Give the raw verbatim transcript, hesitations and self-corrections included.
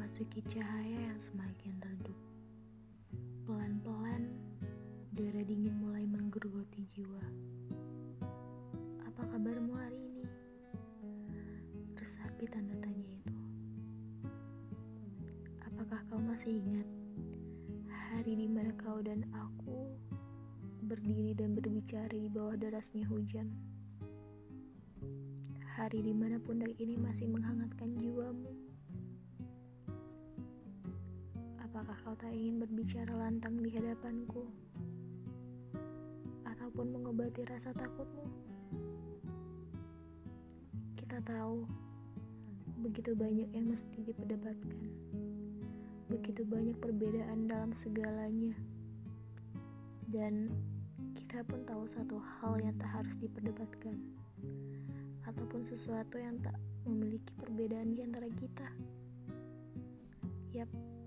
memasuki cahaya yang semakin redup. Pelan-pelan, udara dingin mulai menggerogoti jiwa. Apa kabarmu hari ini? Resapi tanda tanya itu. Apakah kau masih ingat hari di mana kau dan aku berdiri dan berbicara di bawah derasnya hujan? Hari di mana pundak ini masih menghangatkan jiwamu. Apakah kau tak ingin berbicara lantang di hadapanku? Ataupun mengobati rasa takutmu? Kita tahu, begitu banyak yang mesti diperdebatkan. Begitu banyak perbedaan dalam segalanya. Dan kita pun tahu satu hal yang tak harus diperdebatkan. Ataupun sesuatu yang tak memiliki perbedaan di antara kita. Yap,